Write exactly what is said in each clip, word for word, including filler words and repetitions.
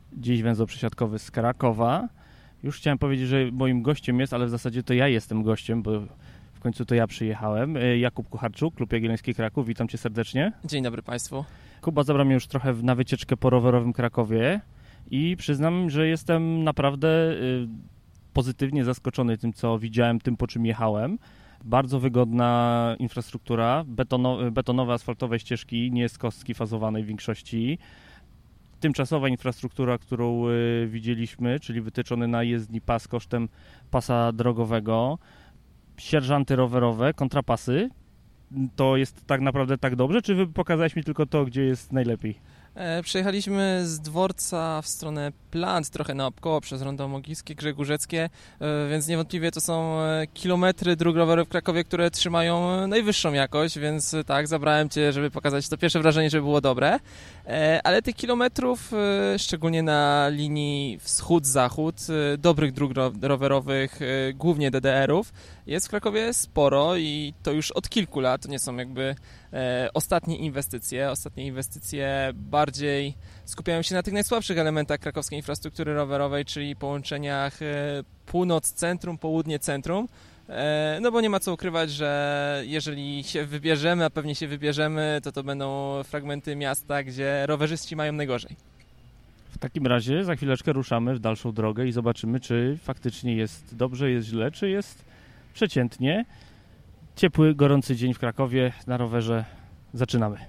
Dziś węzeł przesiadkowy z Krakowa. Już chciałem powiedzieć, że moim gościem jest, ale w zasadzie to ja jestem gościem, bo w końcu to ja przyjechałem. Jakub Kucharczuk, Klub Jagielloński Kraków. Witam cię serdecznie. Dzień dobry Państwu. Kuba zabrał mnie już trochę na wycieczkę po rowerowym Krakowie i przyznam, że jestem naprawdę pozytywnie zaskoczony tym, co widziałem, tym, po czym jechałem. Bardzo wygodna infrastruktura, betono, betonowe, asfaltowe ścieżki, nie z kostki fazowanej w większości. Tymczasowa infrastruktura, którą y, widzieliśmy, czyli wytyczony na jezdni pas kosztem pasa drogowego, sierżanty rowerowe, kontrapasy. To jest tak naprawdę tak dobrze, czy wy pokazałeś mi tylko to, gdzie jest najlepiej? E, przejechaliśmy z dworca w stronę Plant, trochę naokoło przez Rondo Mogilskie, Grzegórzeckie, e, więc niewątpliwie to są kilometry dróg rowerowych w Krakowie, które trzymają najwyższą jakość, więc tak, zabrałem cię, żeby pokazać to pierwsze wrażenie, żeby było dobre, e, ale tych kilometrów, e, szczególnie na linii wschód-zachód, e, dobrych dróg ro- rowerowych, e, głównie D D R-ów, jest w Krakowie sporo i to już od kilku lat, to nie są jakby e, ostatnie inwestycje. Ostatnie inwestycje bardziej skupiają się na tych najsłabszych elementach krakowskiej infrastruktury rowerowej, czyli połączeniach e, północ-centrum, południe-centrum. E, no bo nie ma co ukrywać, że jeżeli się wybierzemy, a pewnie się wybierzemy, to to będą fragmenty miasta, gdzie rowerzyści mają najgorzej. W takim razie za chwileczkę ruszamy w dalszą drogę i zobaczymy, czy faktycznie jest dobrze, jest źle, czy jest przeciętnie. Ciepły, gorący dzień w Krakowie na rowerze. Zaczynamy.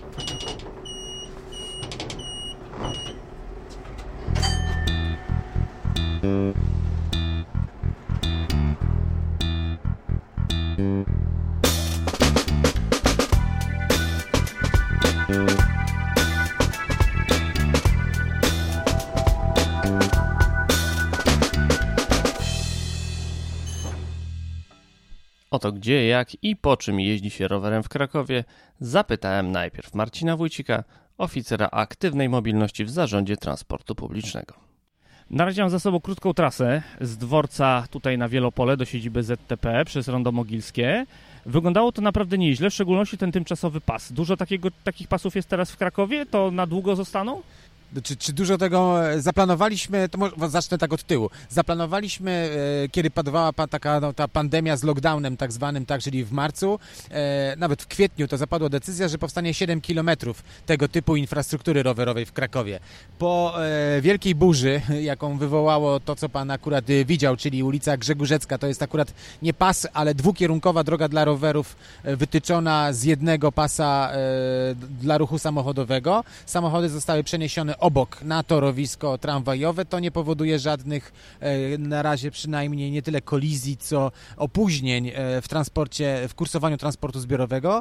O to gdzie, jak i po czym jeździ się rowerem w Krakowie, zapytałem najpierw Marcina Wójcika, oficera aktywnej mobilności w Zarządzie Transportu Publicznego. Na razie mam za sobą krótką trasę z dworca tutaj na Wielopole do siedziby Z T P przez Rondo Mogilskie. Wyglądało to naprawdę nieźle, w szczególności ten tymczasowy pas. Dużo takiego, takich pasów jest teraz w Krakowie? To na długo zostaną? Czy, czy dużo tego zaplanowaliśmy, to może zacznę tak od tyłu. Zaplanowaliśmy, e, kiedy padła pa, taka no, ta pandemia z lockdownem tak zwanym, tak, czyli w marcu, e, nawet w kwietniu to zapadła decyzja, że powstanie siedem kilometrów tego typu infrastruktury rowerowej w Krakowie. Po e, wielkiej burzy, jaką wywołało to, co pan akurat widział, czyli ulica Grzegórzecka, to jest akurat nie pas, ale dwukierunkowa droga dla rowerów e, wytyczona z jednego pasa e, dla ruchu samochodowego. Samochody zostały przeniesione obok na torowisko tramwajowe, to nie powoduje żadnych, na razie przynajmniej nie tyle kolizji, co opóźnień w transporcie, w kursowaniu transportu zbiorowego,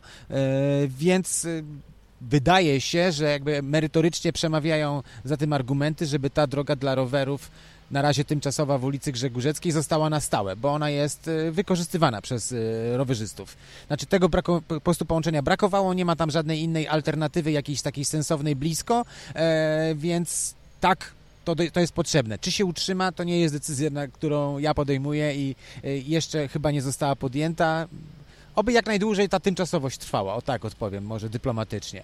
więc wydaje się, że jakby merytorycznie przemawiają za tym argumenty, żeby ta droga dla rowerów na razie tymczasowa w ulicy Grzegórzeckiej została na stałe, bo ona jest wykorzystywana przez rowerzystów. Znaczy tego braku, po prostu połączenia brakowało, nie ma tam żadnej innej alternatywy, jakiejś takiej sensownej blisko, e, więc tak, to, to jest potrzebne. Czy się utrzyma, to nie jest decyzja, na którą ja podejmuję i jeszcze chyba nie została podjęta. Oby jak najdłużej ta tymczasowość trwała, o tak odpowiem, może dyplomatycznie.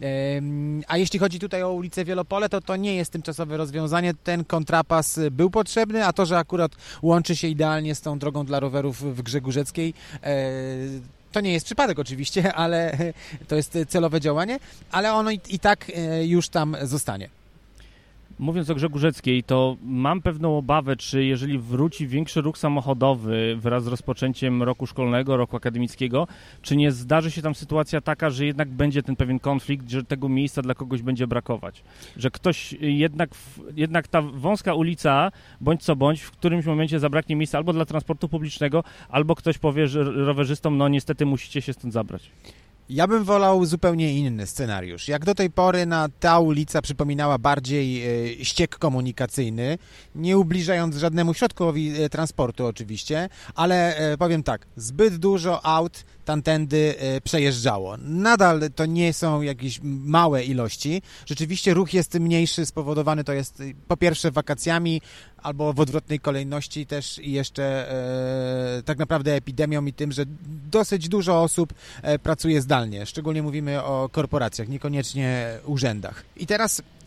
A jeśli chodzi tutaj o ulicę Wielopole, to to nie jest tymczasowe rozwiązanie. Ten kontrapas był potrzebny, a to, że akurat łączy się idealnie z tą drogą dla rowerów w Grzegórzeckiej, to nie jest przypadek oczywiście, ale to jest celowe działanie, ale ono i, i tak już tam zostanie. Mówiąc o Grzegórzeckiej, to mam pewną obawę, czy jeżeli wróci większy ruch samochodowy wraz z rozpoczęciem roku szkolnego, roku akademickiego, czy nie zdarzy się tam sytuacja taka, że jednak będzie ten pewien konflikt, że tego miejsca dla kogoś będzie brakować. Że ktoś jednak, jednak ta wąska ulica, bądź co bądź, w którymś momencie zabraknie miejsca albo dla transportu publicznego, albo ktoś powie, że rowerzystom, no niestety musicie się stąd zabrać. Ja bym wolał zupełnie inny scenariusz. Jak do tej pory na ta ulica przypominała bardziej e, ściek komunikacyjny, nie ubliżając żadnemu środkowi e, transportu oczywiście, ale e, powiem tak, zbyt dużo aut tamtędy e, przejeżdżało. Nadal to nie są jakieś małe ilości. Rzeczywiście ruch jest mniejszy, spowodowany to jest po pierwsze wakacjami, albo w odwrotnej kolejności też i jeszcze e, tak naprawdę epidemią i tym, że dosyć dużo osób e, pracuje zdalnie. Szczególnie mówimy o korporacjach, niekoniecznie urzędach. I teraz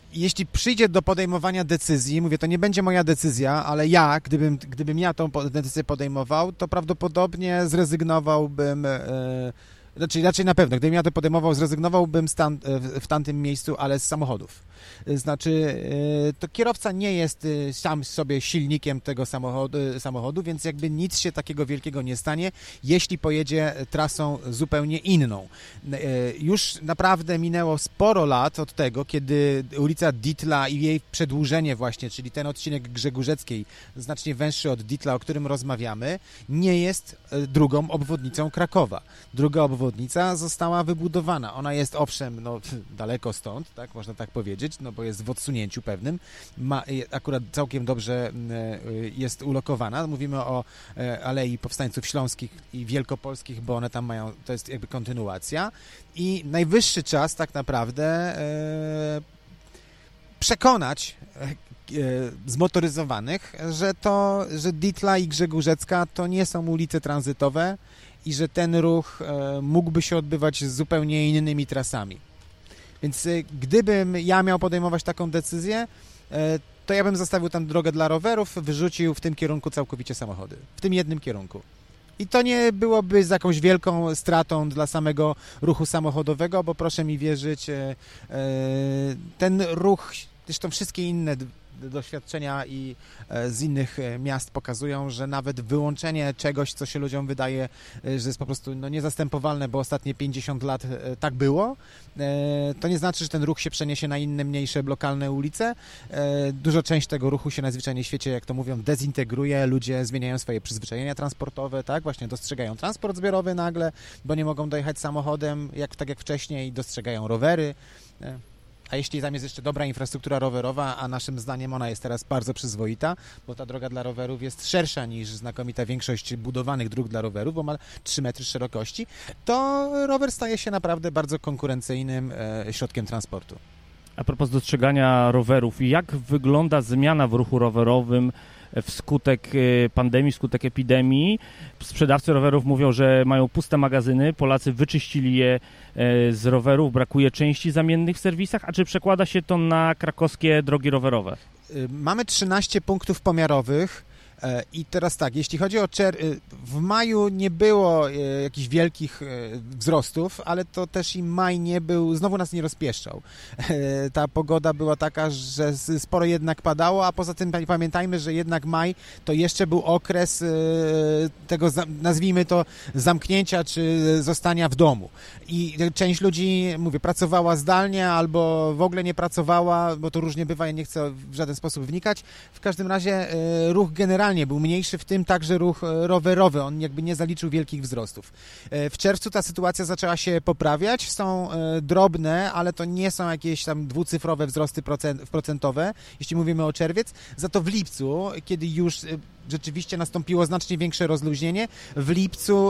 jeśli przyjdzie do podejmowania decyzji, mówię, to nie będzie moja decyzja, ale ja, gdybym, gdybym ja tą decyzję podejmował, to prawdopodobnie zrezygnowałbym, e, znaczy raczej na pewno, gdybym ja to podejmował, zrezygnowałbym stan, w tamtym miejscu, ale z samochodów. Znaczy, to kierowca nie jest sam sobie silnikiem tego samochodu, samochodu, więc jakby nic się takiego wielkiego nie stanie, jeśli pojedzie trasą zupełnie inną. Już naprawdę minęło sporo lat od tego, kiedy ulica Dietla i jej przedłużenie właśnie, czyli ten odcinek Grzegórzeckiej, znacznie węższy od Dietla, o którym rozmawiamy, nie jest drugą obwodnicą Krakowa. Druga obwodnica została wybudowana. Ona jest owszem, no, daleko stąd, tak, można tak powiedzieć, no bo jest w odsunięciu pewnym, ma, akurat całkiem dobrze jest ulokowana. Mówimy o Alei Powstańców Śląskich i Wielkopolskich, bo one tam mają, to jest jakby kontynuacja i najwyższy czas tak naprawdę e, przekonać e, zmotoryzowanych, że to, że Dietla i Grzegórzecka to nie są ulice tranzytowe i że ten ruch e, mógłby się odbywać z zupełnie innymi trasami. Więc gdybym ja miał podejmować taką decyzję, to ja bym zostawił tam drogę dla rowerów, wyrzucił w tym kierunku całkowicie samochody. W tym jednym kierunku. I to nie byłoby z jakąś wielką stratą dla samego ruchu samochodowego, bo proszę mi wierzyć, ten ruch, zresztą wszystkie inne doświadczenia i z innych miast pokazują, że nawet wyłączenie czegoś, co się ludziom wydaje, że jest po prostu no, niezastępowalne, bo ostatnie pięćdziesiąt lat tak było, to nie znaczy, że ten ruch się przeniesie na inne, mniejsze, lokalne ulice. Duża część tego ruchu się najzwyczajniej w świecie, jak to mówią, dezintegruje, ludzie zmieniają swoje przyzwyczajenia transportowe, tak, właśnie dostrzegają transport zbiorowy nagle, bo nie mogą dojechać samochodem, jak, tak jak wcześniej, dostrzegają rowery. A jeśli tam jest jeszcze dobra infrastruktura rowerowa, a naszym zdaniem ona jest teraz bardzo przyzwoita, bo ta droga dla rowerów jest szersza niż znakomita większość budowanych dróg dla rowerów, bo ma trzy metry szerokości, to rower staje się naprawdę bardzo konkurencyjnym e, środkiem transportu. A propos dostrzegania rowerów, jak wygląda zmiana w ruchu rowerowym wskutek pandemii, wskutek epidemii? Sprzedawcy rowerów mówią, że mają puste magazyny, Polacy wyczyścili je z rowerów, brakuje części zamiennych w serwisach, a czy przekłada się to na krakowskie drogi rowerowe? Mamy trzynaście punktów pomiarowych. I teraz tak, jeśli chodzi o czer- w maju nie było jakichś wielkich wzrostów, ale to też i maj nie był, znowu nas nie rozpieszczał. Ta pogoda była taka, że sporo jednak padało, a poza tym pamiętajmy, że jednak maj to jeszcze był okres tego, nazwijmy to, zamknięcia czy zostania w domu. I część ludzi, mówię, pracowała zdalnie albo w ogóle nie pracowała, bo to różnie bywa, ja nie chcę w żaden sposób wnikać. W każdym razie ruch generalnie był mniejszy, w tym także ruch rowerowy. On jakby nie zaliczył wielkich wzrostów. W czerwcu ta sytuacja zaczęła się poprawiać. Są drobne, ale to nie są jakieś tam dwucyfrowe wzrosty procentowe, jeśli mówimy o czerwiec. Za to w lipcu, kiedy już rzeczywiście nastąpiło znacznie większe rozluźnienie, w lipcu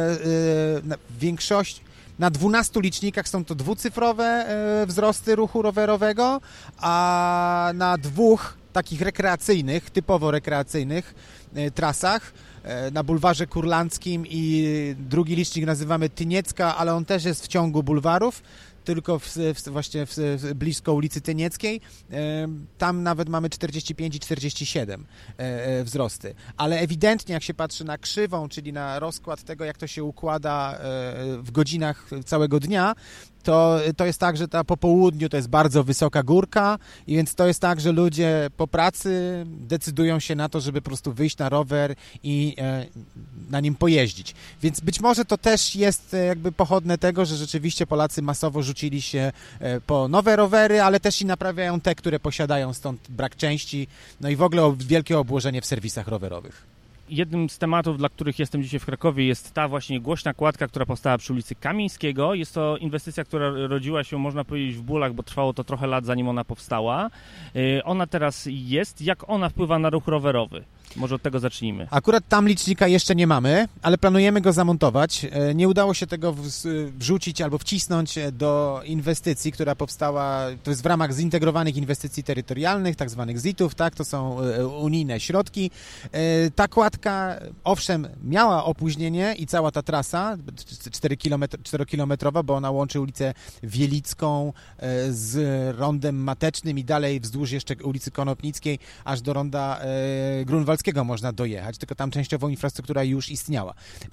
większość na dwunastu licznikach są to dwucyfrowe wzrosty ruchu rowerowego, a na dwóch takich rekreacyjnych, typowo rekreacyjnych e, trasach, e, na bulwarze kurlandzkim i drugi licznik nazywamy Tyniecka, ale on też jest w ciągu bulwarów, tylko w, w, właśnie w, w, blisko ulicy Tynieckiej. E, tam nawet mamy czterdzieści pięć i czterdzieści siedem e, e, wzrosty. Ale ewidentnie jak się patrzy na krzywą, czyli na rozkład tego, jak to się układa e, w godzinach całego dnia, to, to jest tak, że ta po południu to jest bardzo wysoka górka i więc to jest tak, że ludzie po pracy decydują się na to, żeby po prostu wyjść na rower i e, na nim pojeździć. Więc być może to też jest e, jakby pochodne tego, że rzeczywiście Polacy masowo rzucili się e, po nowe rowery, ale też i naprawiają te, które posiadają, stąd brak części, no i w ogóle wielkie obłożenie w serwisach rowerowych. Jednym z tematów, dla których jestem dzisiaj w Krakowie, jest ta właśnie głośna kładka, która powstała przy ulicy Kamińskiego. Jest to inwestycja, która rodziła się, można powiedzieć, w bólach, bo trwało to trochę lat, zanim ona powstała. Ona teraz jest. Jak ona wpływa na ruch rowerowy? Może od tego zacznijmy. Akurat tam licznika jeszcze nie mamy, ale planujemy go zamontować. Nie udało się tego wrzucić albo wcisnąć do inwestycji, która powstała, to jest w ramach zintegrowanych inwestycji terytorialnych, tak zwanych zitów, tak, to są unijne środki. Ta kładka, owszem, miała opóźnienie i cała ta trasa, czterokilometrowa, bo ona łączy ulicę Wielicką z rondem Matecznym i dalej wzdłuż jeszcze ulicy Konopnickiej, aż do ronda Grunwaldzkiego można dojechać, tylko tam częściowo infrastruktura już istniała.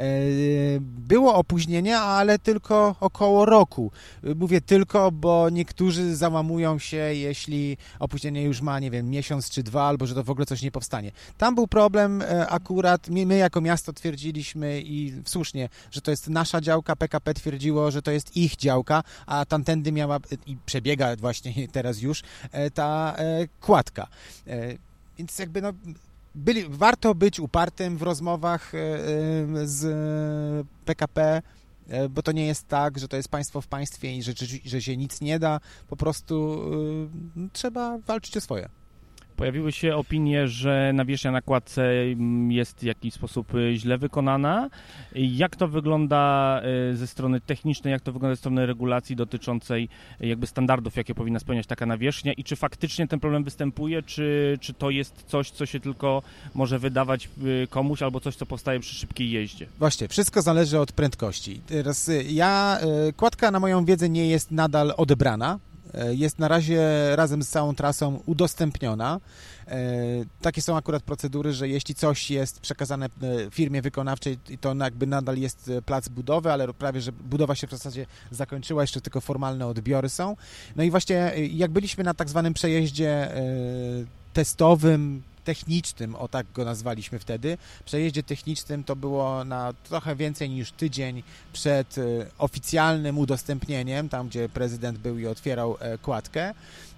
Było opóźnienie, ale tylko około roku. Mówię tylko, bo niektórzy załamują się, jeśli opóźnienie już ma, nie wiem, miesiąc czy dwa, albo że to w ogóle coś nie powstanie. Tam był problem akurat, my jako miasto twierdziliśmy i słusznie, że to jest nasza działka, P K P twierdziło, że to jest ich działka, a tamtędy miała i przebiega właśnie teraz już ta kładka. Więc jakby no, byli, warto być upartym w rozmowach z P K P, bo to nie jest tak, że to jest państwo w państwie i że, że się nic nie da, po prostu y, trzeba walczyć o swoje. Pojawiły się opinie, że nawierzchnia na kładce jest w jakiś sposób źle wykonana. Jak to wygląda ze strony technicznej, jak to wygląda ze strony regulacji dotyczącej jakby standardów, jakie powinna spełniać taka nawierzchnia i czy faktycznie ten problem występuje, czy, czy to jest coś, co się tylko może wydawać komuś albo coś, co powstaje przy szybkiej jeździe? Właśnie, wszystko zależy od prędkości. Teraz ja, kładka na moją wiedzę nie jest nadal odebrana. Jest na razie razem z całą trasą udostępniona. Takie są akurat procedury, że jeśli coś jest przekazane firmie wykonawczej, to jakby nadal jest plac budowy, ale prawie, że budowa się w zasadzie zakończyła, jeszcze tylko formalne odbiory są. No i właśnie jak byliśmy na tak zwanym przejeździe testowym, technicznym, o tak go nazwaliśmy wtedy. Przejeździe technicznym to było na trochę więcej niż tydzień przed oficjalnym udostępnieniem, tam gdzie prezydent był i otwierał kładkę.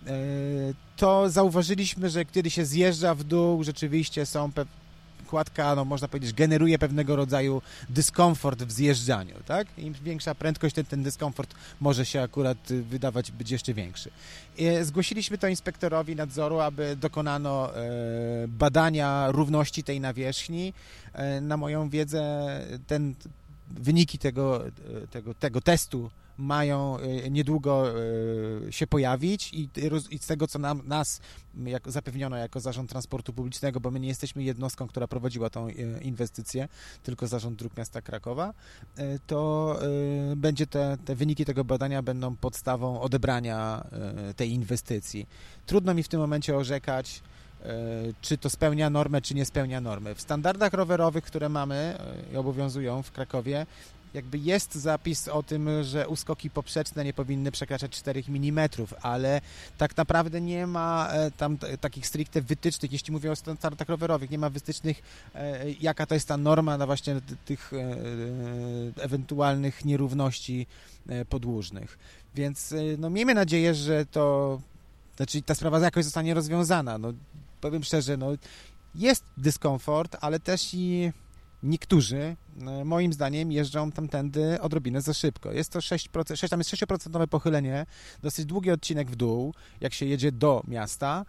To zauważyliśmy, że kiedy się zjeżdża w dół, rzeczywiście są pe- kładka, no można powiedzieć, generuje pewnego rodzaju dyskomfort w zjeżdżaniu, tak? Im większa prędkość, ten, ten dyskomfort może się akurat wydawać być jeszcze większy. Zgłosiliśmy to inspektorowi nadzoru, aby dokonano e, badania równości tej nawierzchni. E, na moją wiedzę ten, wyniki tego, tego, tego testu mają niedługo się pojawić i, i z tego, co nam, nas jak zapewniono jako Zarząd Transportu Publicznego, bo my nie jesteśmy jednostką, która prowadziła tą inwestycję, tylko Zarząd Dróg Miasta Krakowa, to będzie te, te wyniki tego badania będą podstawą odebrania tej inwestycji. Trudno mi w tym momencie orzekać, czy to spełnia normę, czy nie spełnia normy. W standardach rowerowych, które mamy i obowiązują w Krakowie, jakby jest zapis o tym, że uskoki poprzeczne nie powinny przekraczać czterech milimetrów, ale tak naprawdę nie ma tam takich stricte wytycznych, jeśli mówię o standardach rowerowych, nie ma wytycznych, jaka to jest ta norma na właśnie tych ewentualnych nierówności podłużnych. Więc no, miejmy nadzieję, że to, znaczy ta sprawa jakoś zostanie rozwiązana. No, powiem szczerze, no, jest dyskomfort, ale też i niektórzy, moim zdaniem, jeżdżą tamtędy odrobinę za szybko. Jest to sześć procent, sześć, tam jest sześć procent pochylenie, dosyć długi odcinek w dół, jak się jedzie do miasta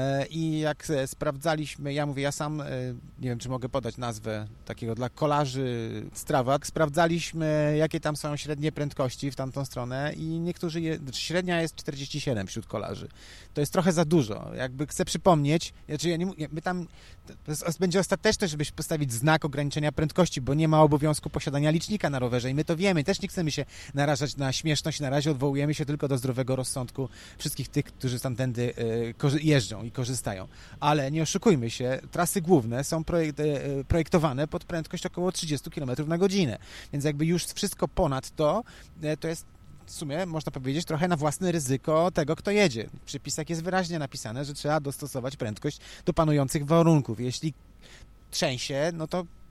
i jak sprawdzaliśmy, ja mówię, ja sam, nie wiem, czy mogę podać nazwę takiego dla kolarzy Strava, sprawdzaliśmy, jakie tam są średnie prędkości w tamtą stronę i niektórzy, je, średnia jest czterdzieści siedem wśród kolarzy. To jest trochę za dużo. Jakby chcę przypomnieć, znaczy ja nie, my tam, to jest, będzie ostateczne, żeby postawić znak ograniczenia prędkości, bo nie ma obowiązku posiadania licznika na rowerze i my to wiemy. Też nie chcemy się narażać na śmieszność. Na razie odwołujemy się tylko do zdrowego rozsądku wszystkich tych, którzy tamtędy jeżdżą i korzystają. Ale nie oszukujmy się, trasy główne są projektowane pod prędkość około trzydzieści kilometrów na godzinę. Więc jakby już wszystko ponad to, to jest w sumie, można powiedzieć, trochę na własne ryzyko tego, kto jedzie. W przepisach jest wyraźnie napisane, że trzeba dostosować prędkość do panujących warunków. Jeśli trzęsie, no to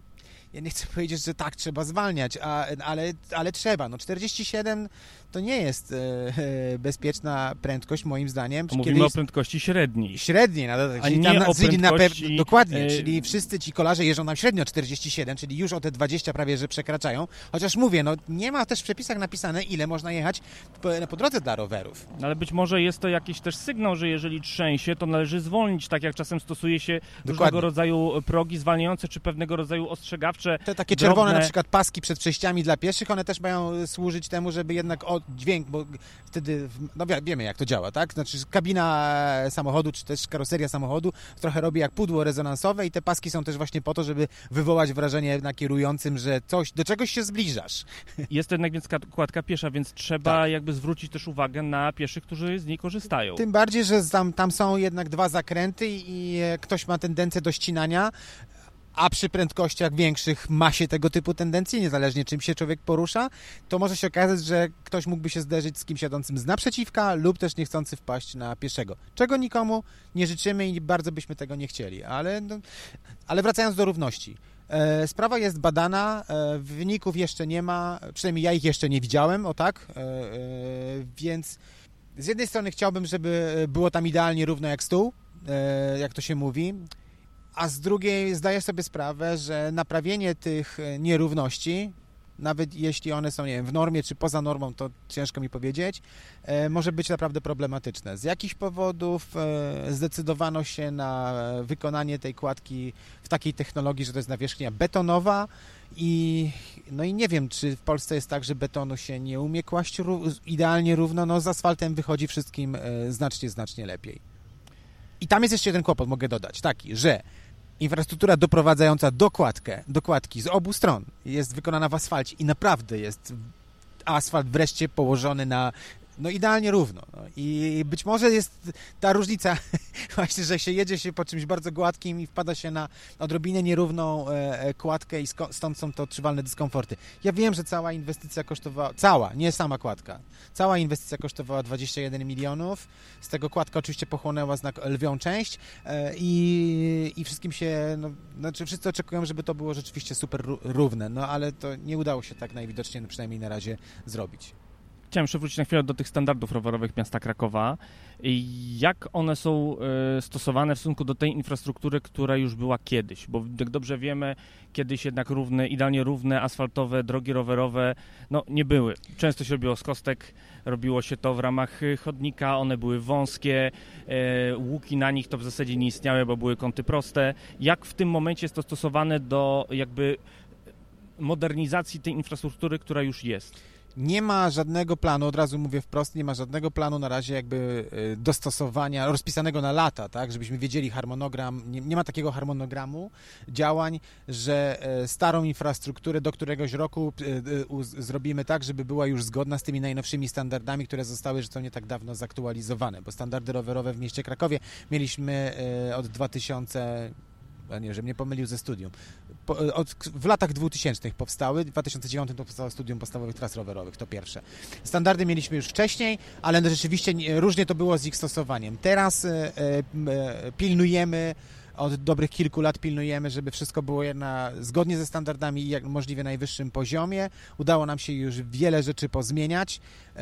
ja nie chcę powiedzieć, że tak, trzeba zwalniać, a, ale, ale trzeba. No czterdzieści siedem to nie jest e, bezpieczna prędkość, moim zdaniem. Mówimy Kiedyś... o prędkości średniej. Średniej, no, a czyli nie tam, o czyli prędkości... na pew... Dokładnie, e... czyli wszyscy ci kolarze jeżdżą nam średnio czterdzieści siedem, czyli już o te dwadzieścia prawie, że przekraczają. Chociaż mówię, no nie ma też w przepisach napisane, ile można jechać po, po drodze dla rowerów. Ale być może jest to jakiś też sygnał, że jeżeli trzęsie, to należy zwolnić, tak jak czasem stosuje się Dokładnie. różnego rodzaju progi zwalniające, czy pewnego rodzaju ostrzegawcze. Te takie drobne... czerwone na przykład paski przed przejściami dla pieszych, one też mają służyć temu, żeby jednak o dźwięk, bo wtedy, no wiemy jak to działa, tak? Znaczy kabina samochodu, czy też karoseria samochodu trochę robi jak pudło rezonansowe i te paski są też właśnie po to, żeby wywołać wrażenie na kierującym, że coś, do czegoś się zbliżasz. Jest to jednak więc kładka piesza, więc trzeba tak. jakby zwrócić też uwagę na pieszych, którzy z niej korzystają. Tym bardziej, że tam, tam są jednak dwa zakręty i ktoś ma tendencję do ścinania, a przy prędkościach większych ma się tego typu tendencje, niezależnie czym się człowiek porusza, to może się okazać, że ktoś mógłby się zderzyć z kimś jadącym z naprzeciwka lub też niechcący wpaść na pieszego. Czego nikomu nie życzymy i bardzo byśmy tego nie chcieli. Ale, no, ale wracając do równości. E, sprawa jest badana, e, wyników jeszcze nie ma, przynajmniej ja ich jeszcze nie widziałem, o tak, e, e, więc z jednej strony chciałbym, żeby było tam idealnie równo jak stół, e, jak to się mówi, a z drugiej zdaję sobie sprawę, że naprawienie tych nierówności, nawet jeśli one są, nie wiem, w normie czy poza normą, to ciężko mi powiedzieć, e, może być naprawdę problematyczne. Z jakichś powodów e, zdecydowano się na wykonanie tej kładki w takiej technologii, że to jest nawierzchnia betonowa i no i nie wiem, czy w Polsce jest tak, że betonu się nie umie kłaść ró- idealnie równo, no z asfaltem wychodzi wszystkim e, znacznie, znacznie lepiej. I tam jest jeszcze jeden kłopot, mogę dodać, taki, że infrastruktura doprowadzająca dokładkę, dokładki z obu stron jest wykonana w asfalcie i naprawdę jest asfalt wreszcie położony na no idealnie równo. No. I być może jest ta różnica właśnie, że się jedzie się po czymś bardzo gładkim i wpada się na odrobinę nierówną e, kładkę i sko- stąd są to odczuwalne dyskomforty. Ja wiem, że cała inwestycja kosztowała, cała, nie sama kładka, cała inwestycja kosztowała dwadzieścia jeden milionów, z tego kładka oczywiście pochłonęła znak lwią część e, i, i wszystkim się, no, znaczy wszyscy oczekują, żeby to było rzeczywiście super równe, no ale to nie udało się tak najwidoczniej, przynajmniej na razie, zrobić. Chciałem jeszcze wrócić na chwilę do tych standardów rowerowych miasta Krakowa. Jak one są y, stosowane w stosunku do tej infrastruktury, która już była kiedyś? Bo jak dobrze wiemy, kiedyś jednak równe, idealnie równe, asfaltowe drogi rowerowe no, nie były. Często się robiło z kostek, robiło się to w ramach chodnika, one były wąskie, y, łuki na nich to w zasadzie nie istniały, bo były kąty proste. Jak w tym momencie jest to stosowane do jakby modernizacji tej infrastruktury, która już jest? Nie ma żadnego planu, od razu mówię wprost, nie ma żadnego planu na razie jakby dostosowania, rozpisanego na lata, tak, żebyśmy wiedzieli harmonogram, nie, nie ma takiego harmonogramu działań, że starą infrastrukturę do któregoś roku zrobimy tak, żeby była już zgodna z tymi najnowszymi standardami, które zostały zresztą nie tak dawno zaktualizowane, bo standardy rowerowe w mieście Krakowie mieliśmy od dwa tysiące a nie, żebym nie pomylił ze studium. Po, od, w latach dwutysięcznych powstały, w dwa tysiące dziewiątym to powstało studium podstawowych tras rowerowych, to pierwsze. Standardy mieliśmy już wcześniej, ale no rzeczywiście nie, różnie to było z ich stosowaniem. Teraz e, e, pilnujemy, od dobrych kilku lat pilnujemy, żeby wszystko było jedna, zgodnie ze standardami i jak możliwie najwyższym poziomie. Udało nam się już wiele rzeczy pozmieniać.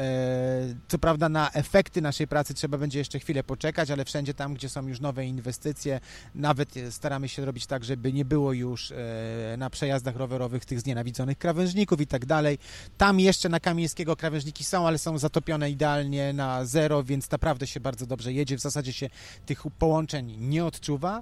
Co prawda na efekty naszej pracy trzeba będzie jeszcze chwilę poczekać, ale wszędzie tam, gdzie są już nowe inwestycje, nawet staramy się robić tak, żeby nie było już na przejazdach rowerowych tych znienawidzonych krawężników i tak dalej. Tam jeszcze na Kamińskiego krawężniki są, ale są zatopione idealnie na zero, więc naprawdę się bardzo dobrze jedzie. W zasadzie się tych połączeń nie odczuwa.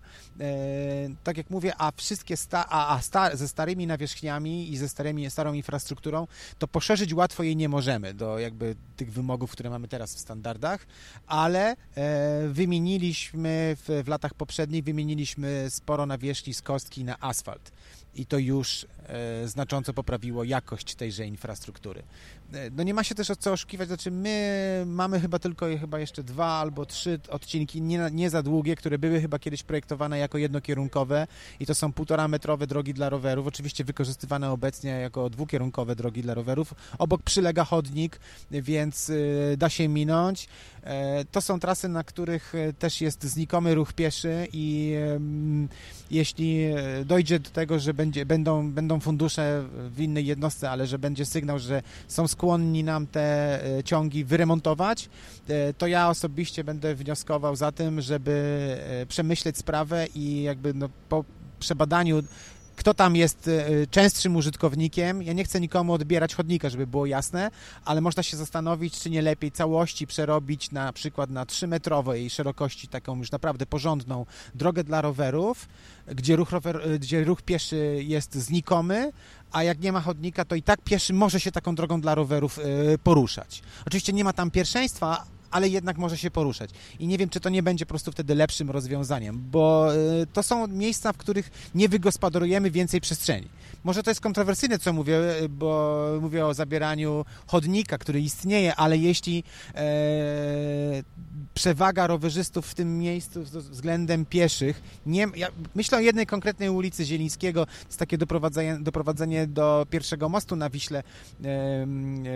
Tak jak mówię, a wszystkie sta- a, a sta- ze starymi nawierzchniami i ze starymi, starą infrastrukturą, to poszerzyć łatwo jej nie możemy do jakby tych wymogów, które mamy teraz w standardach, ale e, wymieniliśmy w, w latach poprzednich, wymieniliśmy sporo nawierzchni z kostki na asfalt i to już e, znacząco poprawiło jakość tejże infrastruktury. E, no nie ma się też o co oszukiwać, znaczy my mamy chyba tylko chyba jeszcze dwa albo trzy odcinki, nie, nie za długie, które były chyba kiedyś projektowane traktowane jako jednokierunkowe i to są półtora metrowe drogi dla rowerów, oczywiście wykorzystywane obecnie jako dwukierunkowe drogi dla rowerów. Obok przylega chodnik, więc da się minąć. To są trasy, na których też jest znikomy ruch pieszy i jeśli dojdzie do tego, że będzie, będą, będą fundusze w innej jednostce, ale że będzie sygnał, że są skłonni nam te ciągi wyremontować, to ja osobiście będę wnioskował za tym, żeby przemyśleć sprawę i jakby no, po przebadaniu, kto tam jest częstszym użytkownikiem. Ja nie chcę nikomu odbierać chodnika, żeby było jasne, ale można się zastanowić, czy nie lepiej całości przerobić na przykład na trzymetrowej szerokości taką już naprawdę porządną drogę dla rowerów, gdzie ruch, rower, gdzie ruch pieszy jest znikomy, a jak nie ma chodnika, to i tak pieszy może się taką drogą dla rowerów poruszać. Oczywiście nie ma tam pierwszeństwa, ale jednak może się poruszać. I nie wiem, czy to nie będzie po prostu wtedy lepszym rozwiązaniem, bo y, to są miejsca, w których nie wygospodarujemy więcej przestrzeni. Może to jest kontrowersyjne, co mówię, bo mówię o zabieraniu chodnika, który istnieje, ale jeśli e, przewaga rowerzystów w tym miejscu względem pieszych, nie, ja myślę o jednej konkretnej ulicy Zielińskiego, to jest takie doprowadzenie, doprowadzenie do pierwszego mostu na Wiśle e, e,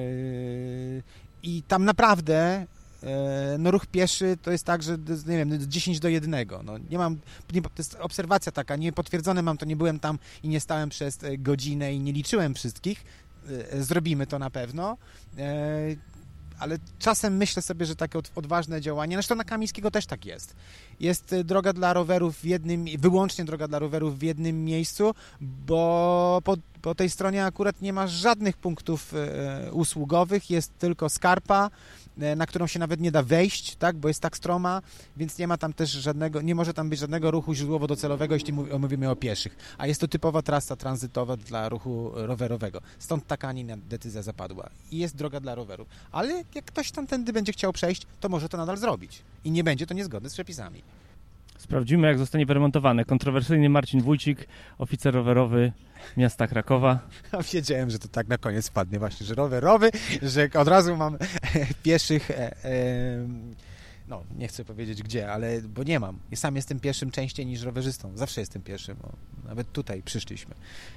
i tam naprawdę no ruch pieszy to jest tak, że nie wiem, dziesięć do jednego. No, nie mam, nie, to jest obserwacja taka, nie potwierdzone mam to, nie byłem tam i nie stałem przez godzinę i nie liczyłem wszystkich. Zrobimy to na pewno. Ale czasem myślę sobie, że takie odważne działanie, zresztą na Kamińskiego też tak jest. Jest droga dla rowerów w jednym, wyłącznie droga dla rowerów w jednym miejscu, bo po, po tej stronie akurat nie ma żadnych punktów e, usługowych, jest tylko skarpa, e, na którą się nawet nie da wejść, tak, bo jest tak stroma, więc nie ma tam też żadnego, nie może tam być żadnego ruchu źródłowo-docelowego, jeśli mówimy o pieszych, a jest to typowa trasa tranzytowa dla ruchu rowerowego. Stąd taka, a nie inna decyzja zapadła. I jest droga dla rowerów. Ale jak ktoś tam tędy będzie chciał przejść, to może to nadal zrobić. I nie będzie to niezgodne z przepisami. Sprawdzimy, jak zostanie wyremontowane. Kontrowersyjny Marcin Wójcik, oficer rowerowy miasta Krakowa. Wiedziałem, że to tak na koniec wpadnie właśnie, że rowerowy, że od razu mam pieszych, e, e, no nie chcę powiedzieć gdzie, ale bo nie mam. I sam jestem pieszym częściej niż rowerzystą. Zawsze jestem pieszym. O, nawet tutaj przyszliśmy.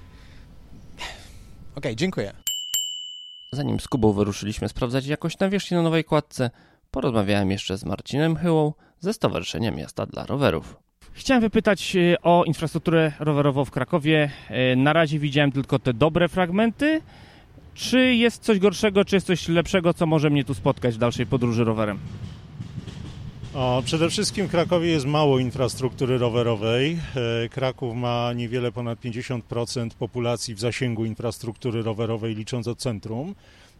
Okej, okay, dziękuję. Zanim z Kubą wyruszyliśmy sprawdzać jakość nawierzchni na nowej kładce, porozmawiałem jeszcze z Marcinem Chyłą ze Stowarzyszenia Miasta dla Rowerów. Chciałem wypytać o infrastrukturę rowerową w Krakowie. Na razie widziałem tylko te dobre fragmenty. Czy jest coś gorszego, czy jest coś lepszego, co może mnie tu spotkać w dalszej podróży rowerem? O, przede wszystkim w Krakowie jest mało infrastruktury rowerowej. Kraków ma niewiele ponad pięćdziesiąt procent populacji w zasięgu infrastruktury rowerowej, licząc od centrum.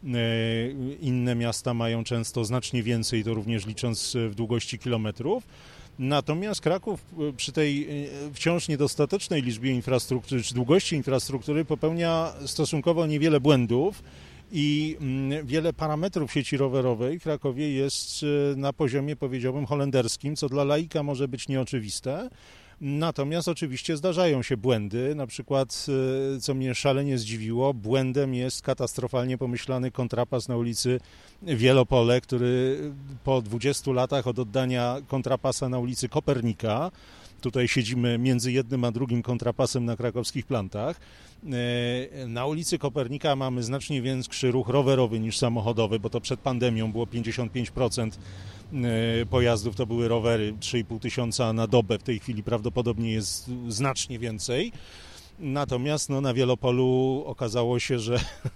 Inne miasta mają często znacznie więcej, to również licząc w długości kilometrów. Natomiast Kraków przy tej wciąż niedostatecznej liczbie infrastruktury, czy długości infrastruktury popełnia stosunkowo niewiele błędów i wiele parametrów sieci rowerowej w Krakowie jest na poziomie, powiedziałbym, holenderskim, co dla laika może być nieoczywiste. Natomiast oczywiście zdarzają się błędy, na przykład, co mnie szalenie zdziwiło, błędem jest katastrofalnie pomyślany kontrapas na ulicy Wielopole, który po dwudziestu latach od oddania kontrapasa na ulicy Kopernika, tutaj siedzimy między jednym a drugim kontrapasem na krakowskich plantach, na ulicy Kopernika mamy znacznie większy ruch rowerowy niż samochodowy, bo to przed pandemią było pięćdziesiąt pięć procent pojazdów to były rowery, trzy i pół tysiąca na dobę, w tej chwili prawdopodobnie jest znacznie więcej. Natomiast no, na Wielopolu okazało się, że,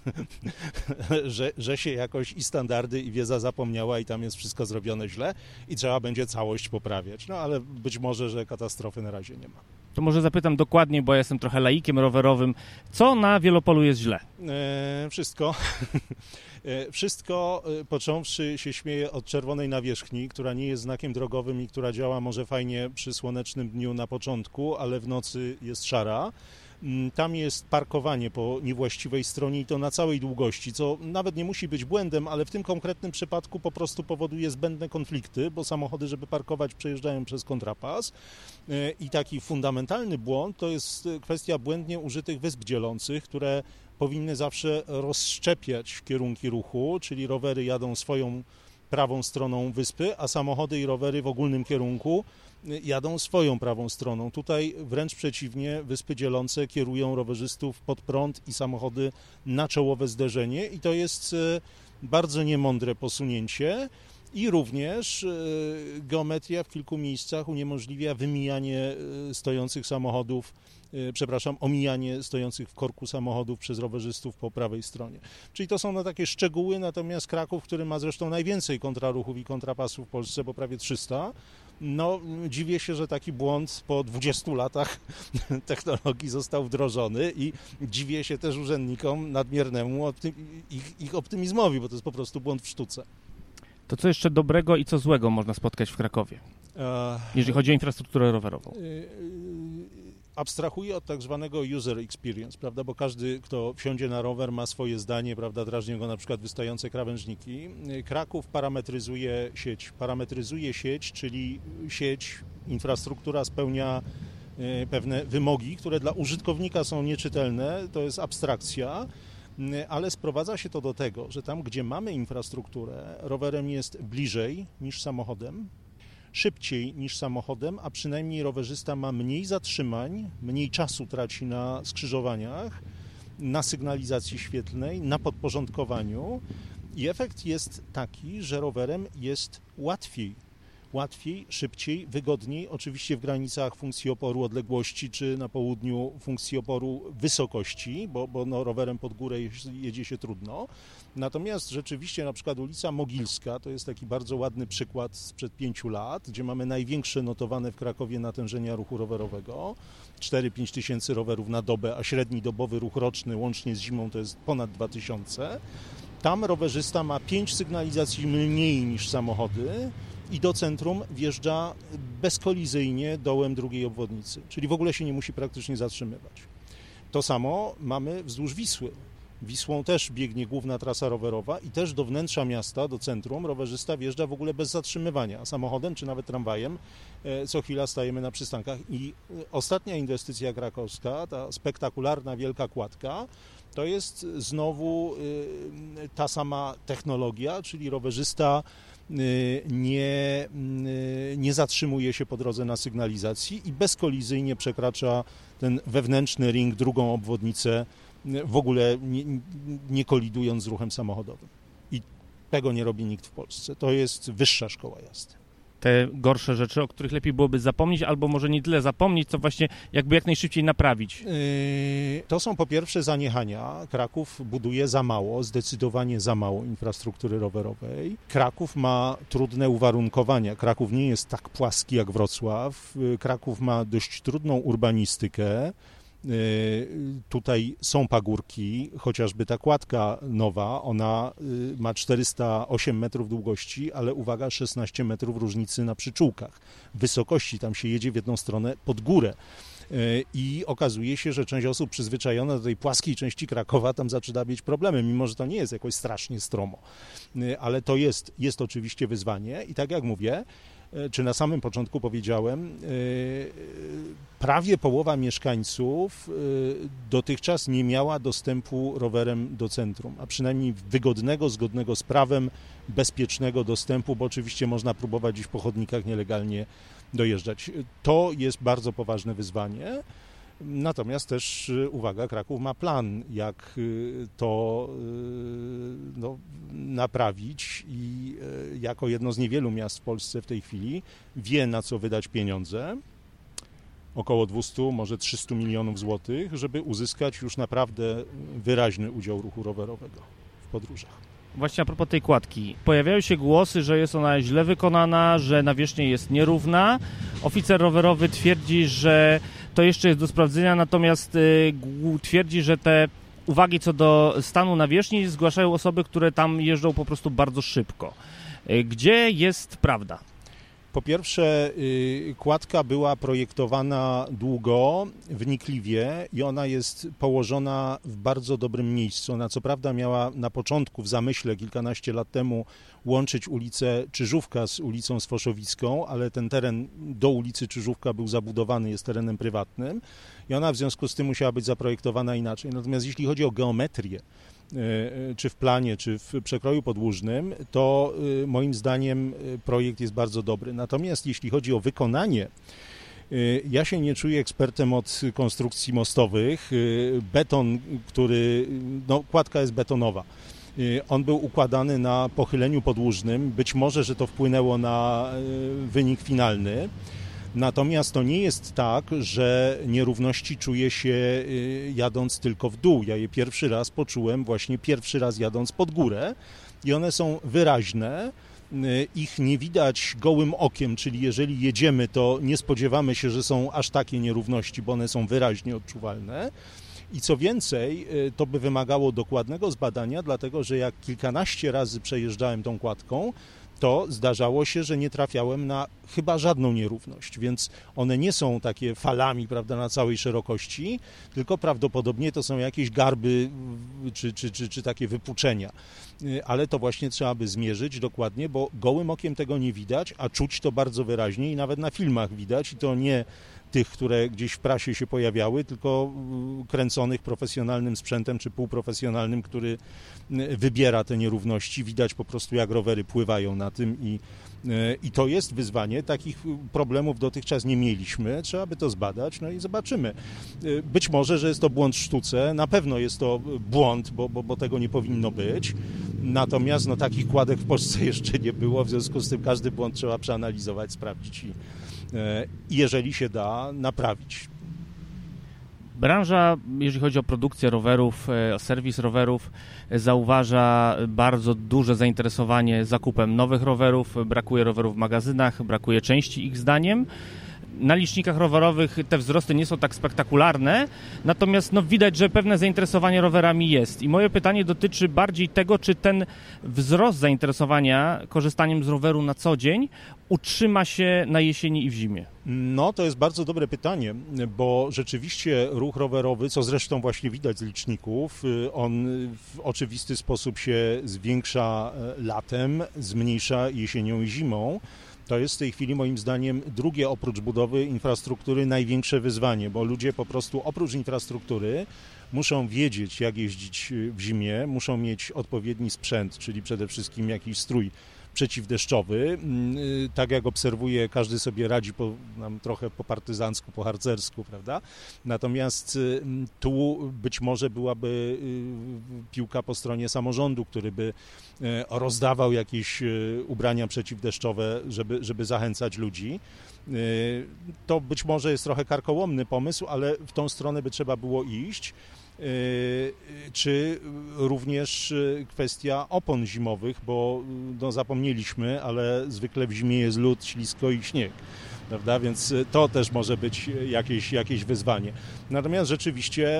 że, że się jakoś i standardy, i wiedza zapomniała i tam jest wszystko zrobione źle i trzeba będzie całość poprawiać. No ale być może, że katastrofy na razie nie ma. To może zapytam dokładniej, bo ja jestem trochę laikiem rowerowym. Co na Wielopolu jest źle? E, wszystko. Wszystko, począwszy się śmieje od czerwonej nawierzchni, która nie jest znakiem drogowym i która działa może fajnie przy słonecznym dniu na początku, ale w nocy jest szara. Tam jest parkowanie po niewłaściwej stronie i to na całej długości, co nawet nie musi być błędem, ale w tym konkretnym przypadku po prostu powoduje zbędne konflikty, bo samochody, żeby parkować, przejeżdżają przez kontrapas. I taki fundamentalny błąd to jest kwestia błędnie użytych wysp dzielących, które powinny zawsze rozszczepiać kierunki ruchu, czyli rowery jadą swoją prawą stroną wyspy, a samochody i rowery w ogólnym kierunku jadą swoją prawą stroną. Tutaj wręcz przeciwnie, Wyspy Dzielące kierują rowerzystów pod prąd i samochody na czołowe zderzenie i to jest bardzo niemądre posunięcie. I również geometria w kilku miejscach uniemożliwia wymijanie stojących samochodów, przepraszam, omijanie stojących w korku samochodów przez rowerzystów po prawej stronie. Czyli to są no takie szczegóły, natomiast Kraków, który ma zresztą najwięcej kontraruchów i kontrapasów w Polsce, bo prawie trzysta, no dziwię się, że taki błąd po dwudziestu latach technologii został wdrożony i dziwię się też urzędnikom nadmiernemu optym, ich, ich optymizmowi, bo to jest po prostu błąd w sztuce. To co jeszcze dobrego i co złego można spotkać w Krakowie, jeżeli chodzi o infrastrukturę rowerową? Abstrahuję od tak zwanego user experience, prawda, bo każdy, kto wsiądzie na rower, ma swoje zdanie, prawda, drażnią go na przykład wystające krawężniki. Kraków parametryzuje sieć, parametryzuje sieć, czyli sieć, infrastruktura spełnia pewne wymogi, które dla użytkownika są nieczytelne, to jest abstrakcja, ale sprowadza się to do tego, że tam, gdzie mamy infrastrukturę, rowerem jest bliżej niż samochodem, szybciej niż samochodem, a przynajmniej rowerzysta ma mniej zatrzymań, mniej czasu traci na skrzyżowaniach, na sygnalizacji świetlnej, na podporządkowaniu i efekt jest taki, że rowerem jest łatwiej. Łatwiej, szybciej, wygodniej, oczywiście w granicach funkcji oporu odległości, czy na południu funkcji oporu wysokości, bo, bo no, rowerem pod górę jedzie się trudno. Natomiast rzeczywiście na przykład ulica Mogilska to jest taki bardzo ładny przykład sprzed pięciu lat, gdzie mamy największe notowane w Krakowie natężenia ruchu rowerowego. cztery pięć tysięcy rowerów na dobę, a średni dobowy ruch roczny łącznie z zimą to jest ponad dwa tysiące. Tam rowerzysta ma pięć sygnalizacji mniej niż samochody i do centrum wjeżdża bezkolizyjnie dołem drugiej obwodnicy, czyli w ogóle się nie musi praktycznie zatrzymywać. To samo mamy wzdłuż Wisły. Wisłą też biegnie główna trasa rowerowa i też do wnętrza miasta, do centrum rowerzysta wjeżdża w ogóle bez zatrzymywania, a samochodem czy nawet tramwajem co chwila stajemy na przystankach. I ostatnia inwestycja krakowska, ta spektakularna Wielka Kładka, to jest znowu ta sama technologia, czyli rowerzysta nie, nie zatrzymuje się po drodze na sygnalizacji i bezkolizyjnie przekracza ten wewnętrzny ring, drugą obwodnicę, w ogóle nie, nie kolidując z ruchem samochodowym. I tego nie robi nikt w Polsce. To jest wyższa szkoła jazdy. Te gorsze rzeczy, o których lepiej byłoby zapomnieć, albo może nie tyle zapomnieć, co właśnie jakby jak najszybciej naprawić. Yy, to są po pierwsze zaniechania. Kraków buduje za mało, zdecydowanie za mało infrastruktury rowerowej. Kraków ma trudne uwarunkowania. Kraków nie jest tak płaski jak Wrocław. Kraków ma dość trudną urbanistykę. Tutaj są pagórki, chociażby ta kładka nowa, ona ma czterysta osiem metrów długości, ale uwaga, szesnaście metrów różnicy na przyczółkach. Wysokości tam się jedzie w jedną stronę pod górę. I okazuje się, że część osób przyzwyczajona do tej płaskiej części Krakowa tam zaczyna mieć problemy, mimo że to nie jest jakoś strasznie stromo. Ale to jest, jest oczywiście wyzwanie i tak jak mówię, czy na samym początku powiedziałem, prawie połowa mieszkańców dotychczas nie miała dostępu rowerem do centrum, a przynajmniej wygodnego, zgodnego z prawem, bezpiecznego dostępu, bo oczywiście można próbować gdzieś po chodnikach nielegalnie dojeżdżać. To jest bardzo poważne wyzwanie. Natomiast też, uwaga, Kraków ma plan, jak to no, naprawić i jako jedno z niewielu miast w Polsce w tej chwili wie, na co wydać pieniądze, około dwieście, może trzysta milionów złotych, żeby uzyskać już naprawdę wyraźny udział ruchu rowerowego w podróżach. Właśnie a propos tej kładki. Pojawiają się głosy, że jest ona źle wykonana, że nawierzchnia jest nierówna. Oficer rowerowy twierdzi, że to jeszcze jest do sprawdzenia, natomiast y, twierdzi, że te uwagi co do stanu nawierzchni zgłaszają osoby, które tam jeżdżą po prostu bardzo szybko. Y, gdzie jest prawda? Po pierwsze, y, kładka była projektowana długo, wnikliwie i ona jest położona w bardzo dobrym miejscu. Ona co prawda miała na początku w zamyśle kilkanaście lat temu łączyć ulicę Czyżówka z ulicą Sfoszowicką, ale ten teren do ulicy Czyżówka był zabudowany, jest terenem prywatnym i ona w związku z tym musiała być zaprojektowana inaczej. Natomiast jeśli chodzi o geometrię czy w planie, czy w przekroju podłużnym, to moim zdaniem projekt jest bardzo dobry. Natomiast jeśli chodzi o wykonanie, ja się nie czuję ekspertem od konstrukcji mostowych. Beton, który, no kładka jest betonowa. On był układany na pochyleniu podłużnym. Być może, że to wpłynęło na wynik finalny. Natomiast to nie jest tak, że nierówności czuję się jadąc tylko w dół. Ja je pierwszy raz poczułem właśnie pierwszy raz jadąc pod górę i one są wyraźne. Ich nie widać gołym okiem, czyli jeżeli jedziemy, to nie spodziewamy się, że są aż takie nierówności, bo one są wyraźnie odczuwalne. I co więcej, to by wymagało dokładnego zbadania, dlatego że jak kilkanaście razy przejeżdżałem tą kładką, to zdarzało się, że nie trafiałem na chyba żadną nierówność, więc one nie są takie falami, prawda, na całej szerokości, tylko prawdopodobnie to są jakieś garby czy, czy, czy, czy takie wypuczenia. Ale to właśnie trzeba by zmierzyć dokładnie, bo gołym okiem tego nie widać, a czuć to bardzo wyraźnie i nawet na filmach widać i to nie tych, które gdzieś w prasie się pojawiały, tylko kręconych profesjonalnym sprzętem czy półprofesjonalnym, który wybiera te nierówności. Widać po prostu, jak rowery pływają na tym i, i to jest wyzwanie. Takich problemów dotychczas nie mieliśmy. Trzeba by to zbadać, no i zobaczymy. Być może, że jest to błąd w sztuce. Na pewno jest to błąd, bo, bo, bo tego nie powinno być. Natomiast no, takich kładek w Polsce jeszcze nie było. W związku z tym każdy błąd trzeba przeanalizować, sprawdzić i i jeżeli się da, naprawić. Branża, jeżeli chodzi o produkcję rowerów, o serwis rowerów, zauważa bardzo duże zainteresowanie zakupem nowych rowerów. Brakuje rowerów w magazynach, brakuje części ich zdaniem. Na licznikach rowerowych te wzrosty nie są tak spektakularne, natomiast no, widać, że pewne zainteresowanie rowerami jest. I moje pytanie dotyczy bardziej tego, czy ten wzrost zainteresowania korzystaniem z roweru na co dzień utrzyma się na jesieni i w zimie. No, to jest bardzo dobre pytanie, bo rzeczywiście ruch rowerowy, co zresztą właśnie widać z liczników, on w oczywisty sposób się zwiększa latem, zmniejsza jesienią i zimą. To jest w tej chwili moim zdaniem drugie oprócz budowy infrastruktury największe wyzwanie, bo ludzie po prostu oprócz infrastruktury muszą wiedzieć, jak jeździć w zimie, muszą mieć odpowiedni sprzęt, czyli przede wszystkim jakiś strój przeciwdeszczowy. Tak jak obserwuję, każdy sobie radzi po, nam trochę po partyzancku, po harcersku, prawda? Natomiast tu być może byłaby piłka po stronie samorządu, który by rozdawał jakieś ubrania przeciwdeszczowe, żeby, żeby zachęcać ludzi. To być może jest trochę karkołomny pomysł, ale w tą stronę by trzeba było iść. Czy również kwestia opon zimowych, bo no, zapomnieliśmy, ale zwykle w zimie jest lód, ślisko i śnieg, prawda? Więc to też może być jakieś, jakieś wyzwanie. Natomiast rzeczywiście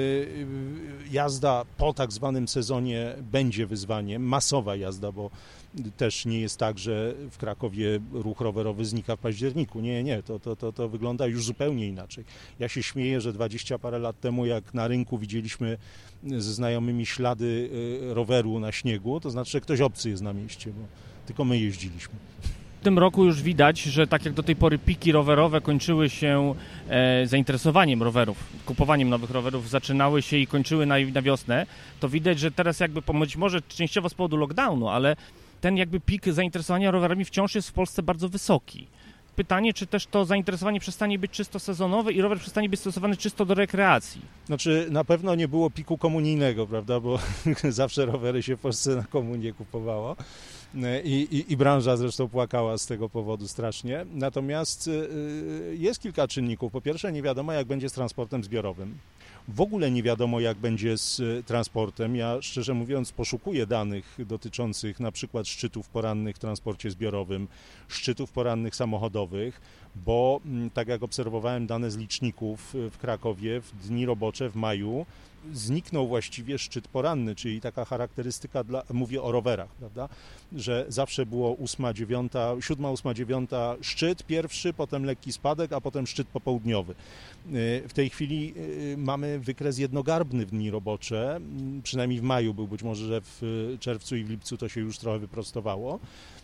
jazda po tak zwanym sezonie będzie wyzwaniem, masowa jazda, bo też nie jest tak, że w Krakowie ruch rowerowy znika w październiku. Nie, nie, to, to, to, to wygląda już zupełnie inaczej. Ja się śmieję, że dwadzieścia parę lat temu, jak na rynku widzieliśmy ze znajomymi ślady roweru na śniegu, to znaczy, że ktoś obcy jest na mieście, bo tylko my jeździliśmy. W tym roku już widać, że tak jak do tej pory piki rowerowe kończyły się e, zainteresowaniem rowerów, kupowaniem nowych rowerów, zaczynały się i kończyły na, na wiosnę, to widać, że teraz jakby, być może częściowo z powodu lockdownu, ale ten jakby pik zainteresowania rowerami wciąż jest w Polsce bardzo wysoki. Pytanie, czy też to zainteresowanie przestanie być czysto sezonowe i rower przestanie być stosowany czysto do rekreacji? Znaczy, na pewno nie było piku komunijnego, prawda, bo zawsze rowery się w Polsce na komunię kupowało. I, i, i branża zresztą płakała z tego powodu strasznie. Natomiast jest kilka czynników. Po pierwsze, nie wiadomo, jak będzie z transportem zbiorowym. W ogóle nie wiadomo, jak będzie z transportem. Ja, szczerze mówiąc, poszukuję danych dotyczących na przykład szczytów porannych w transporcie zbiorowym, szczytów porannych samochodowych, bo tak jak obserwowałem dane z liczników w Krakowie, w dni robocze w maju zniknął właściwie szczyt poranny, czyli taka charakterystyka, dla, mówię o rowerach, prawda, że zawsze było ósma, dziewiąta, siódma, ósma, dziewiąta szczyt pierwszy, potem lekki spadek, a potem szczyt popołudniowy. W tej chwili mamy wykres jednogarbny w dni robocze, przynajmniej w maju był, być może, że w czerwcu i w lipcu to się już trochę wyprostowało.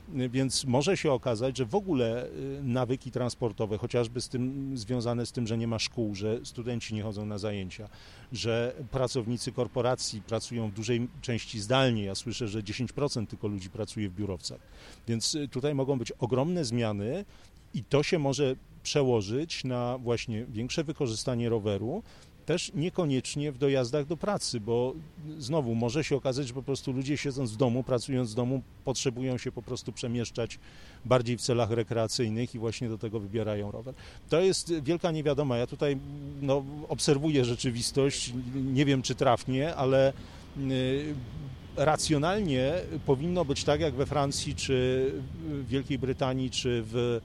Więc może się okazać, że w ogóle nawyki transportowe, chociażby z tym, związane z tym, że nie ma szkół, że studenci nie chodzą na zajęcia, że pracownicy korporacji pracują w dużej części zdalnie. Ja słyszę, że dziesięć procent tylko ludzi pracuje w biurowcach. Więc tutaj mogą być ogromne zmiany i to się może przełożyć na właśnie większe wykorzystanie roweru, też niekoniecznie w dojazdach do pracy, bo znowu może się okazać, że po prostu ludzie siedząc w domu, pracując z domu, potrzebują się po prostu przemieszczać bardziej w celach rekreacyjnych i właśnie do tego wybierają rower. To jest wielka niewiadoma. Ja tutaj no, obserwuję rzeczywistość, nie wiem czy trafnie, ale yy, racjonalnie powinno być tak jak we Francji, czy w Wielkiej Brytanii, czy w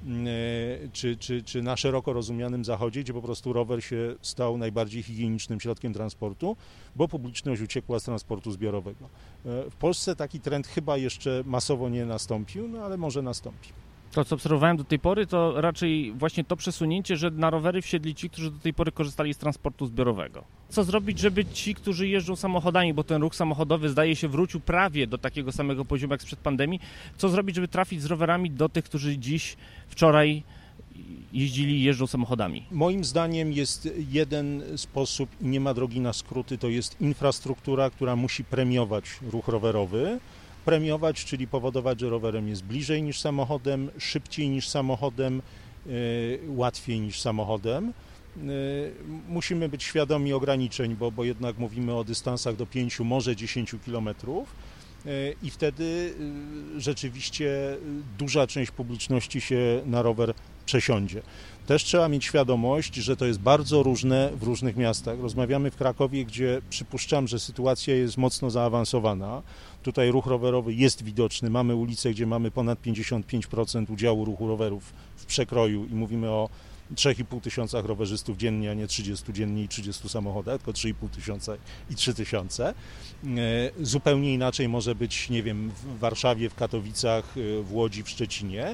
Czy, czy, czy na szeroko rozumianym Zachodzie, gdzie po prostu rower się stał najbardziej higienicznym środkiem transportu, bo publiczność uciekła z transportu zbiorowego. W Polsce taki trend chyba jeszcze masowo nie nastąpił, no ale może nastąpi. To, co obserwowałem do tej pory, to raczej właśnie to przesunięcie, że na rowery wsiedli ci, którzy do tej pory korzystali z transportu zbiorowego. Co zrobić, żeby ci, którzy jeżdżą samochodami, bo ten ruch samochodowy zdaje się wrócił prawie do takiego samego poziomu jak sprzed pandemii, co zrobić, żeby trafić z rowerami do tych, którzy dziś, wczoraj jeździli i jeżdżą samochodami? Moim zdaniem jest jeden sposób i nie ma drogi na skróty, to jest infrastruktura, która musi premiować ruch rowerowy. Premiować, czyli powodować, że rowerem jest bliżej niż samochodem, szybciej niż samochodem, yy, łatwiej niż samochodem. Yy, musimy być świadomi ograniczeń, bo, bo jednak mówimy o dystansach do pięciu, może dziesięciu kilometrów yy, i wtedy yy, rzeczywiście duża część publiczności się na rower przesiądzie. Też trzeba mieć świadomość, że to jest bardzo różne w różnych miastach. Rozmawiamy w Krakowie, gdzie przypuszczam, że sytuacja jest mocno zaawansowana. Tutaj ruch rowerowy jest widoczny. Mamy ulice, gdzie mamy ponad pięćdziesiąt pięć procent udziału ruchu rowerów w przekroju i mówimy o trzy i pół tysiącach rowerzystów dziennie, a nie trzydziestu dziennie i trzydziestu samochodach, tylko trzy i pół tysiąca i trzy tysiące. Zupełnie inaczej może być, nie wiem, w Warszawie, w Katowicach, w Łodzi, w Szczecinie.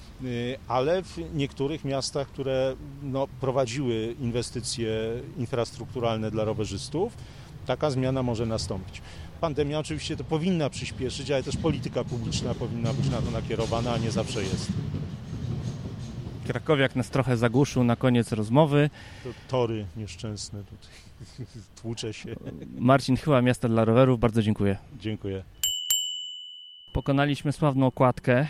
Ale w niektórych miastach, które no, prowadziły inwestycje infrastrukturalne dla rowerzystów, taka zmiana może nastąpić. Pandemia oczywiście to powinna przyspieszyć, ale też polityka publiczna powinna być na to nakierowana, a nie zawsze jest. Krakowiak nas trochę zagłuszył na koniec rozmowy. To tory nieszczęsne tutaj, tłucze się. Marcin Chyła, Miasto dla Rowerów, bardzo dziękuję. Dziękuję. Pokonaliśmy sławną okładkę.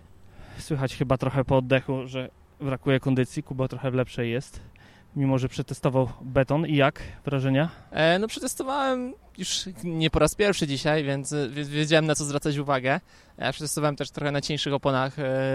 Słychać chyba trochę po oddechu, że brakuje kondycji. Kuba trochę w lepszej jest, mimo że przetestował beton. I jak wrażenia? E, no przetestowałem już nie po raz pierwszy dzisiaj, więc, więc wiedziałem, na co zwracać uwagę. Ja przetestowałem też trochę na cieńszych oponach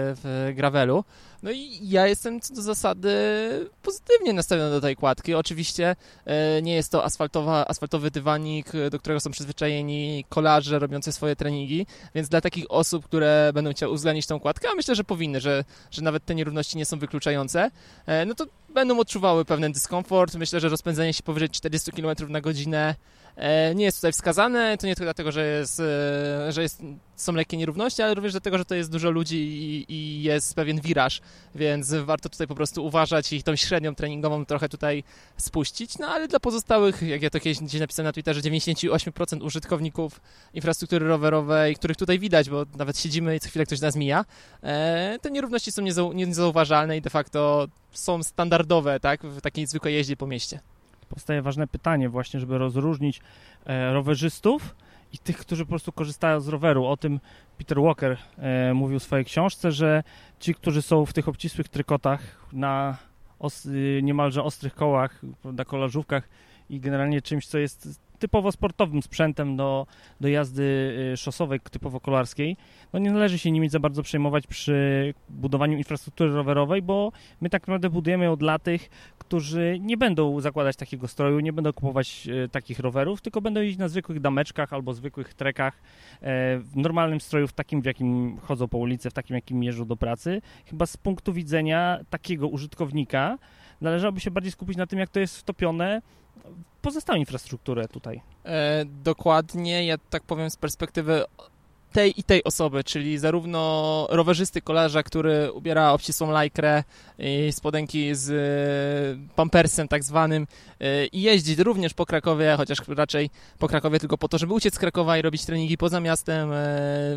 w gravelu. No i ja jestem co do zasady pozytywnie nastawiony do tej kładki. Oczywiście nie jest to asfaltowa, asfaltowy dywanik, do którego są przyzwyczajeni kolarze robiący swoje treningi, więc dla takich osób, które będą chciały uwzględnić tą kładkę, a myślę, że powinny, że, że nawet te nierówności nie są wykluczające, no to będą odczuwały pewien dyskomfort. Myślę, że rozpędzenie się powyżej czterdziestu kilometrów na godzinę nie jest tutaj wskazane, to nie tylko dlatego, że, jest, że jest, są lekkie nierówności, ale również dlatego, że to jest dużo ludzi i, i jest pewien wiraż, więc warto tutaj po prostu uważać i tą średnią treningową trochę tutaj spuścić, no ale dla pozostałych, jak ja to kiedyś gdzieś napisałem na Twitterze, dziewięćdziesiąt osiem procent użytkowników infrastruktury rowerowej, których tutaj widać, bo nawet siedzimy i co chwilę ktoś nas mija, te nierówności są niezau, niezauważalne i de facto są standardowe, tak, w takiej zwykłej jeździe po mieście. Powstaje ważne pytanie właśnie, żeby rozróżnić e, rowerzystów i tych, którzy po prostu korzystają z roweru. O tym Peter Walker e, mówił w swojej książce, że ci, którzy są w tych obcisłych trykotach, na os, niemalże ostrych kołach, na kolażówkach i generalnie czymś, co jest typowo sportowym sprzętem do, do jazdy szosowej, typowo kolarskiej, no nie należy się nimi za bardzo przejmować przy budowaniu infrastruktury rowerowej, bo my tak naprawdę budujemy ją dla tych, którzy nie będą zakładać takiego stroju, nie będą kupować e, takich rowerów, tylko będą jeździć na zwykłych dameczkach albo zwykłych trekach, e, w normalnym stroju, w takim, w jakim chodzą po ulicy, w takim, jakim jeżdżą do pracy. Chyba z punktu widzenia takiego użytkownika należałoby się bardziej skupić na tym, jak to jest wtopione w pozostałą infrastrukturę tutaj. E, dokładnie, ja tak powiem z perspektywy tej i tej osoby, czyli zarówno rowerzysty, kolarza, który ubiera obcisłą lajkrę i spodenki z pampersem tak zwanym i jeździ również po Krakowie, chociaż raczej po Krakowie tylko po to, żeby uciec z Krakowa i robić treningi poza miastem,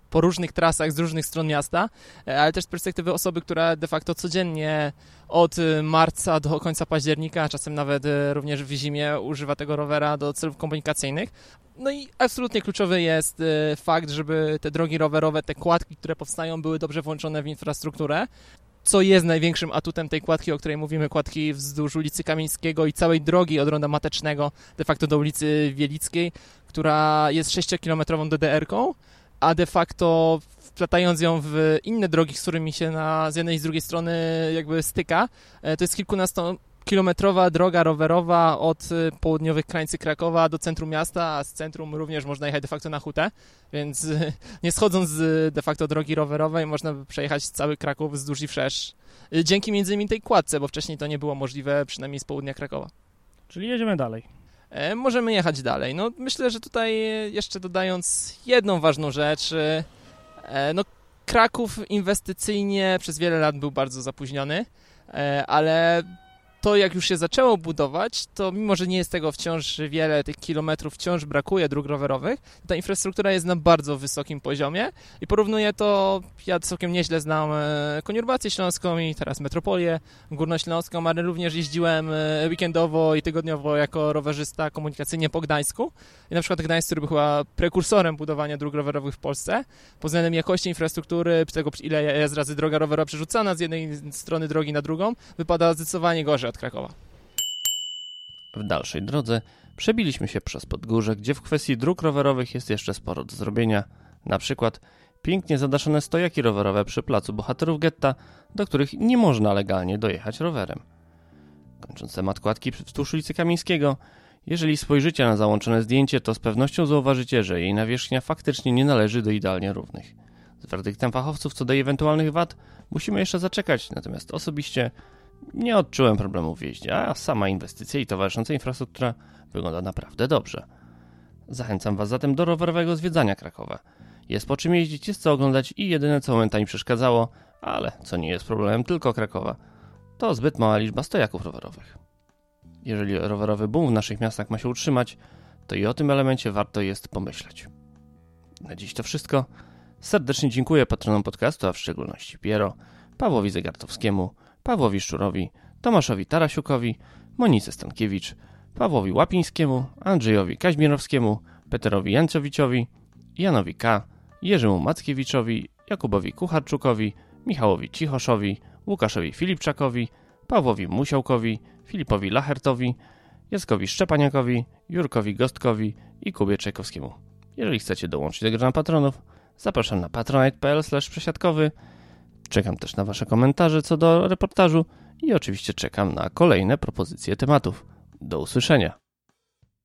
po różnych trasach z różnych stron miasta, ale też z perspektywy osoby, która de facto codziennie od marca do końca października, a czasem nawet również w zimie używa tego rowera do celów komunikacyjnych. No i absolutnie kluczowy jest fakt, żeby te drogi rowerowe, te kładki, które powstają, były dobrze włączone w infrastrukturę, co jest największym atutem tej kładki, o której mówimy, kładki wzdłuż ulicy Kamińskiego i całej drogi od Ronda Matecznego de facto do ulicy Wielickiej, która jest sześciokilometrową D D R-ką, a de facto wplatając ją w inne drogi, z którymi się na, z jednej i z drugiej strony jakby styka, to jest kilkunastokilometrowa droga rowerowa od południowych krańcy Krakowa do centrum miasta, a z centrum również można jechać de facto na hutę, więc nie schodząc z de facto drogi rowerowej można by przejechać cały Kraków wzdłuż i wszerz. Dzięki między innymi tej kładce, bo wcześniej to nie było możliwe, przynajmniej z południa Krakowa. Czyli jedziemy dalej. E, możemy jechać dalej. No, myślę, że tutaj jeszcze dodając jedną ważną rzecz, e, no, Kraków inwestycyjnie przez wiele lat był bardzo zapóźniony, e, ale to jak już się zaczęło budować, to mimo, że nie jest tego wciąż wiele, tych kilometrów wciąż brakuje dróg rowerowych, ta infrastruktura jest na bardzo wysokim poziomie i porównuję to, ja całkiem nieźle znam konurbację śląską i teraz metropolię górnośląską, ale również jeździłem weekendowo i tygodniowo jako rowerzysta komunikacyjnie po Gdańsku. I na przykład Gdańsk, który był chyba prekursorem budowania dróg rowerowych w Polsce, pod względem jakości infrastruktury, tego ile jest razy droga rowerowa przerzucana z jednej strony drogi na drugą, wypada zdecydowanie gorzej od Krakowa. W dalszej drodze przebiliśmy się przez Podgórze, gdzie w kwestii dróg rowerowych jest jeszcze sporo do zrobienia. Na przykład pięknie zadaszone stojaki rowerowe przy placu Bohaterów Getta, do których nie można legalnie dojechać rowerem. Kończąc temat kładki wzdłuż ulicy Kamińskiego, jeżeli spojrzycie na załączone zdjęcie, to z pewnością zauważycie, że jej nawierzchnia faktycznie nie należy do idealnie równych. Z werdyktem fachowców co do ewentualnych wad musimy jeszcze zaczekać, natomiast osobiście nie odczułem problemu w jeździe, a sama inwestycja i towarzysząca infrastruktura wygląda naprawdę dobrze. Zachęcam Was zatem do rowerowego zwiedzania Krakowa. Jest po czym jeździć, jest co oglądać i jedyne co momentami przeszkadzało, ale co nie jest problemem tylko Krakowa, to zbyt mała liczba stojaków rowerowych. Jeżeli rowerowy boom w naszych miastach ma się utrzymać, to i o tym elemencie warto jest pomyśleć. Na dziś to wszystko. Serdecznie dziękuję patronom podcastu, a w szczególności Piero, Pawłowi Zegartowskiemu, Pawłowi Szczurowi, Tomaszowi Tarasiukowi, Monice Stankiewicz, Pawłowi Łapińskiemu, Andrzejowi Kaźmirowskiemu, Peterowi Jancowiciowi, Janowi K., Jerzemu Mackiewiczowi, Jakubowi Kucharczukowi, Michałowi Cichoszowi, Łukaszowi Filipczakowi, Pawłowi Musiałkowi, Filipowi Lachertowi, Jackowi Szczepaniakowi, Jurkowi Gostkowi i Kubie Czajkowskiemu. Jeżeli chcecie dołączyć do grona patronów, zapraszam na patronite kropka p l slash przesiadkowy. Czekam też na Wasze komentarze co do reportażu i oczywiście czekam na kolejne propozycje tematów. Do usłyszenia.